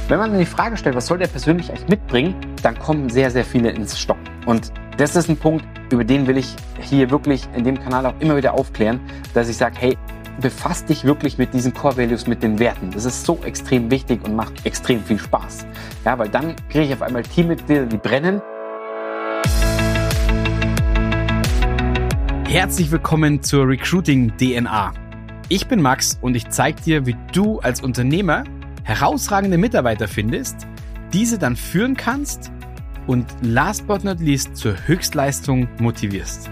Wenn man dann die Frage stellt, was soll der persönlich eigentlich mitbringen, dann kommen sehr, sehr viele ins Stocken. Und das ist ein Punkt, über den will ich hier wirklich in dem Kanal auch immer wieder aufklären, dass ich sage, hey, befasst dich wirklich mit diesen Core Values, mit den Werten. Das ist so extrem wichtig und macht extrem viel Spaß. Ja, weil dann kriege ich auf einmal Teammitglieder, die brennen. Herzlich willkommen zur Recruiting DNA. Ich bin Max und ich zeige dir, wie du als Unternehmer herausragende Mitarbeiter findest, diese dann führen kannst und last but not least zur Höchstleistung motivierst.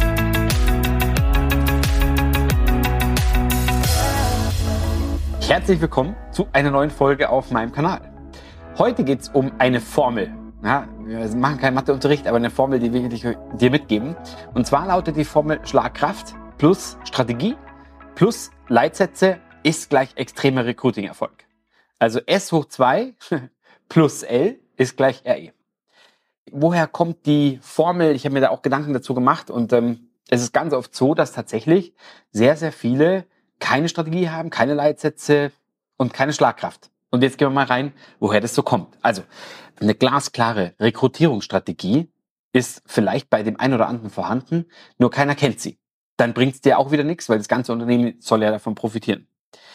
Herzlich willkommen zu einer neuen Folge auf meinem Kanal. Heute geht es um eine Formel. Ja, wir machen keinen Matheunterricht, aber eine Formel, die will ich dir mitgeben. Und zwar lautet die Formel Schlagkraft plus Strategie plus Leitsätze ist gleich extremer Recruiting-Erfolg. Also S hoch 2 plus L ist gleich RE. Woher kommt die Formel? Ich habe mir da auch Gedanken dazu gemacht und es ist ganz oft so, dass tatsächlich sehr, sehr viele keine Strategie haben, keine Leitsätze und keine Schlagkraft. Und jetzt gehen wir mal rein, woher das so kommt. Also eine glasklare Rekrutierungsstrategie ist vielleicht bei dem einen oder anderen vorhanden, nur keiner kennt sie. Dann bringt es dir auch wieder nichts, weil das ganze Unternehmen soll ja davon profitieren.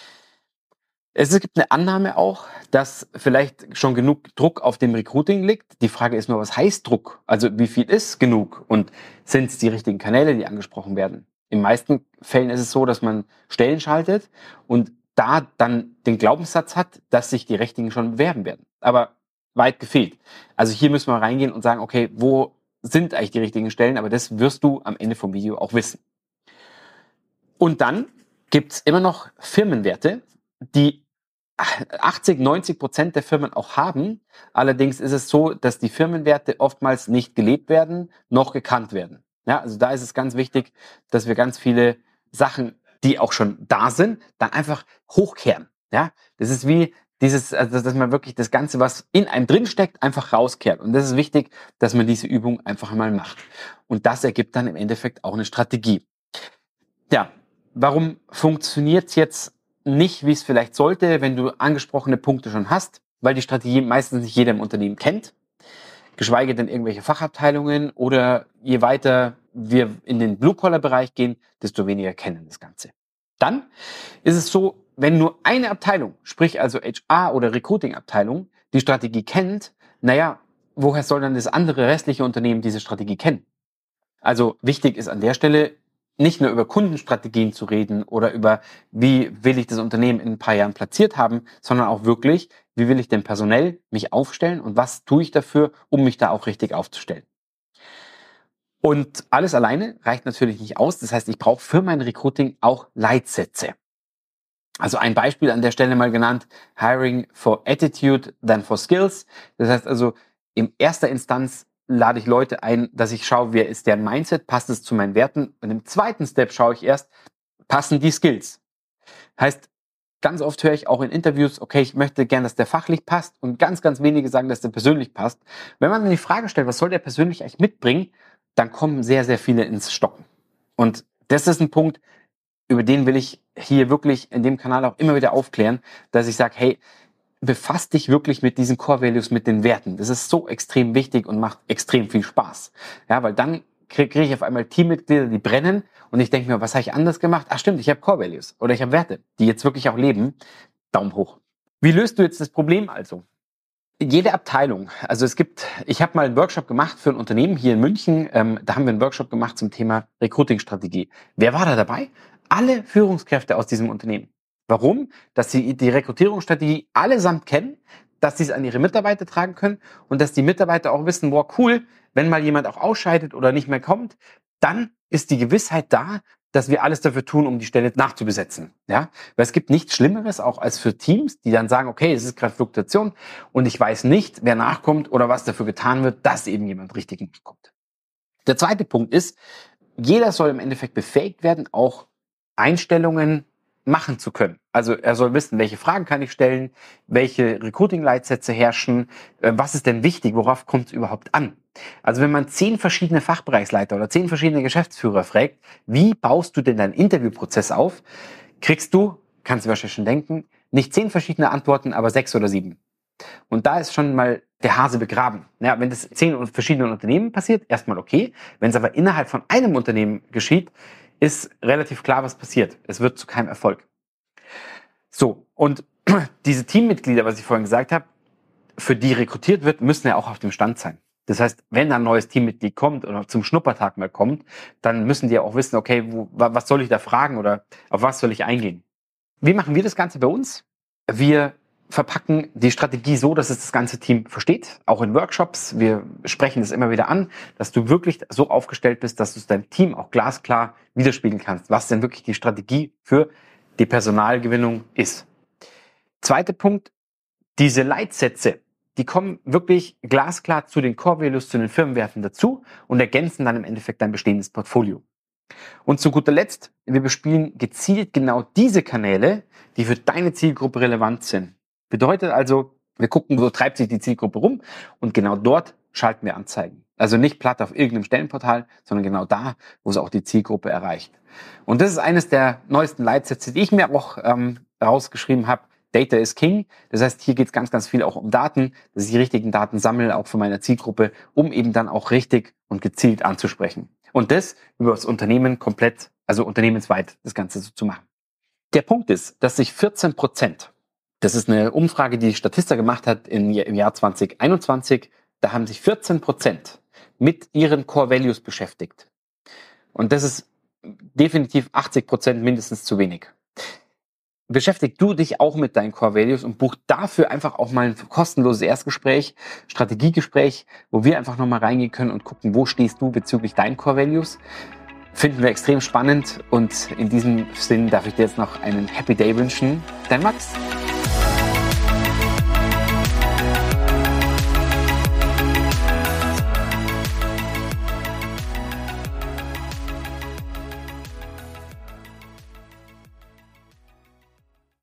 Es gibt eine Annahme auch, dass vielleicht schon genug Druck auf dem Recruiting liegt. Die Frage ist nur, was heißt Druck? Also wie viel ist genug? Und sind es die richtigen Kanäle, die angesprochen werden? In meisten Fällen ist es so, dass man Stellen schaltet und da dann den Glaubenssatz hat, dass sich die Richtigen schon bewerben werden. Aber weit gefehlt. Also hier müssen wir reingehen und sagen, okay, wo sind eigentlich die richtigen Stellen? Aber das wirst du am Ende vom Video auch wissen. Und dann gibt es immer noch Firmenwerte, die 80-90% der Firmen auch haben. Allerdings ist es so, dass die Firmenwerte oftmals nicht gelebt werden, noch gekannt werden. Ja, also da ist es ganz wichtig, dass wir ganz viele Sachen, die auch schon da sind, dann einfach hochkehren. Ja, das ist wie dieses, also dass man wirklich das Ganze, was in einem drin steckt, einfach rauskehrt. Und das ist wichtig, dass man diese Übung einfach mal macht. Und das ergibt dann im Endeffekt auch eine Strategie. Ja, warum funktioniert es jetzt nicht, wie es vielleicht sollte, wenn du angesprochene Punkte schon hast? Weil die Strategie meistens nicht jeder im Unternehmen kennt, geschweige denn irgendwelche Fachabteilungen, oder je weiter wir in den Blue-Collar-Bereich gehen, desto weniger kennen das Ganze. Dann ist es so, wenn nur eine Abteilung, sprich also HR oder Recruiting-Abteilung, die Strategie kennt, naja, woher soll dann das andere restliche Unternehmen diese Strategie kennen? Also wichtig ist an der Stelle, nicht nur über Kundenstrategien zu reden oder über, wie will ich das Unternehmen in ein paar Jahren platziert haben, sondern auch wirklich, wie will ich denn personell mich aufstellen und was tue ich dafür, um mich da auch richtig aufzustellen. Und alles alleine reicht natürlich nicht aus. Das heißt, ich brauche für mein Recruiting auch Leitsätze. Also ein Beispiel an der Stelle mal genannt, Hiring for Attitude than for Skills. Das heißt also, in erster Instanz lade ich Leute ein, dass ich schaue, wer ist deren Mindset, passt es zu meinen Werten. Und im zweiten Step schaue ich erst, passen die Skills. Heißt, ganz oft höre ich auch in Interviews, okay, ich möchte gerne, dass der fachlich passt, und ganz, ganz wenige sagen, dass der persönlich passt. Wenn man dann die Frage stellt, was soll der persönlich eigentlich mitbringen, dann kommen sehr, sehr viele ins Stocken. Und das ist ein Punkt, über den will ich hier wirklich in dem Kanal auch immer wieder aufklären, dass ich sage, hey, befasst dich wirklich mit diesen Core Values, mit den Werten. Das ist so extrem wichtig und macht extrem viel Spaß. Ja, weil dann kriege ich auf einmal Teammitglieder, die brennen, und ich denke mir, was habe ich anders gemacht? Ach stimmt, ich habe Core Values oder ich habe Werte, die jetzt wirklich auch leben. Daumen hoch. Wie löst du jetzt das Problem also? Jede Abteilung, also ich habe mal einen Workshop gemacht für ein Unternehmen hier in München, da haben wir einen Workshop gemacht zum Thema Recruiting-Strategie. Wer war da dabei? Alle Führungskräfte aus diesem Unternehmen. Warum? Dass sie die Rekrutierungsstrategie allesamt kennen, dass sie es an ihre Mitarbeiter tragen können und dass die Mitarbeiter auch wissen, wow, cool, wenn mal jemand auch ausscheidet oder nicht mehr kommt, dann ist die Gewissheit da, dass wir alles dafür tun, um die Stelle nachzubesetzen. Ja? Weil es gibt nichts Schlimmeres auch als für Teams, die dann sagen, okay, es ist gerade Fluktuation und ich weiß nicht, wer nachkommt oder was dafür getan wird, dass eben jemand richtig nachkommt. Der zweite Punkt ist, jeder soll im Endeffekt befähigt werden, auch Einstellungen machen zu können. Also er soll wissen, welche Fragen kann ich stellen, welche Recruiting-Leitsätze herrschen, was ist denn wichtig, worauf kommt es überhaupt an. Also wenn man 10 verschiedene Fachbereichsleiter oder 10 verschiedene Geschäftsführer fragt, wie baust du denn deinen Interviewprozess auf, kriegst du, kannst du wahrscheinlich schon denken, nicht 10 verschiedene Antworten, aber 6 oder 7. Und da ist schon mal der Hase begraben. Ja, wenn das in 10 verschiedenen Unternehmen passiert, erstmal okay. Wenn es aber innerhalb von einem Unternehmen geschieht, ist relativ klar, was passiert. Es wird zu keinem Erfolg. So, und diese Teammitglieder, was ich vorhin gesagt habe, für die rekrutiert wird, müssen ja auch auf dem Stand sein. Das heißt, wenn ein neues Teammitglied kommt oder zum Schnuppertag mal kommt, dann müssen die ja auch wissen, okay, was soll ich da fragen oder auf was soll ich eingehen? Wie machen wir das Ganze bei uns? Wir verpacken die Strategie so, dass es das ganze Team versteht, auch in Workshops. Wir sprechen das immer wieder an, dass du wirklich so aufgestellt bist, dass du es deinem Team auch glasklar widerspiegeln kannst, was denn wirklich die Strategie für die Personalgewinnung ist. Zweiter Punkt, diese Leitsätze, die kommen wirklich glasklar zu den Core Values, zu den Firmenwerten dazu und ergänzen dann im Endeffekt dein bestehendes Portfolio. Und zu guter Letzt, wir bespielen gezielt genau diese Kanäle, die für deine Zielgruppe relevant sind. Bedeutet also, wir gucken, wo treibt sich die Zielgruppe rum und genau dort schalten wir Anzeigen. Also nicht platt auf irgendeinem Stellenportal, sondern genau da, wo es auch die Zielgruppe erreicht. Und das ist eines der neuesten Leitsätze, die ich mir auch rausgeschrieben habe. Data is King. Das heißt, hier geht es ganz, ganz viel auch um Daten, dass ich die richtigen Daten sammle, auch von meiner Zielgruppe, um eben dann auch richtig und gezielt anzusprechen. Und das über das Unternehmen komplett, also unternehmensweit das Ganze so zu machen. Der Punkt ist, dass sich 14%, das ist eine Umfrage, die Statista gemacht hat im Jahr 2021, da haben sich 14% mit ihren Core Values beschäftigt. Und das ist definitiv 80% mindestens zu wenig. Beschäftig du dich auch mit deinen Core Values und buch dafür einfach auch mal ein kostenloses Erstgespräch, Strategiegespräch, wo wir einfach nochmal reingehen können und gucken, wo stehst du bezüglich deinen Core Values. Finden wir extrem spannend und in diesem Sinn darf ich dir jetzt noch einen Happy Day wünschen. Dein Max.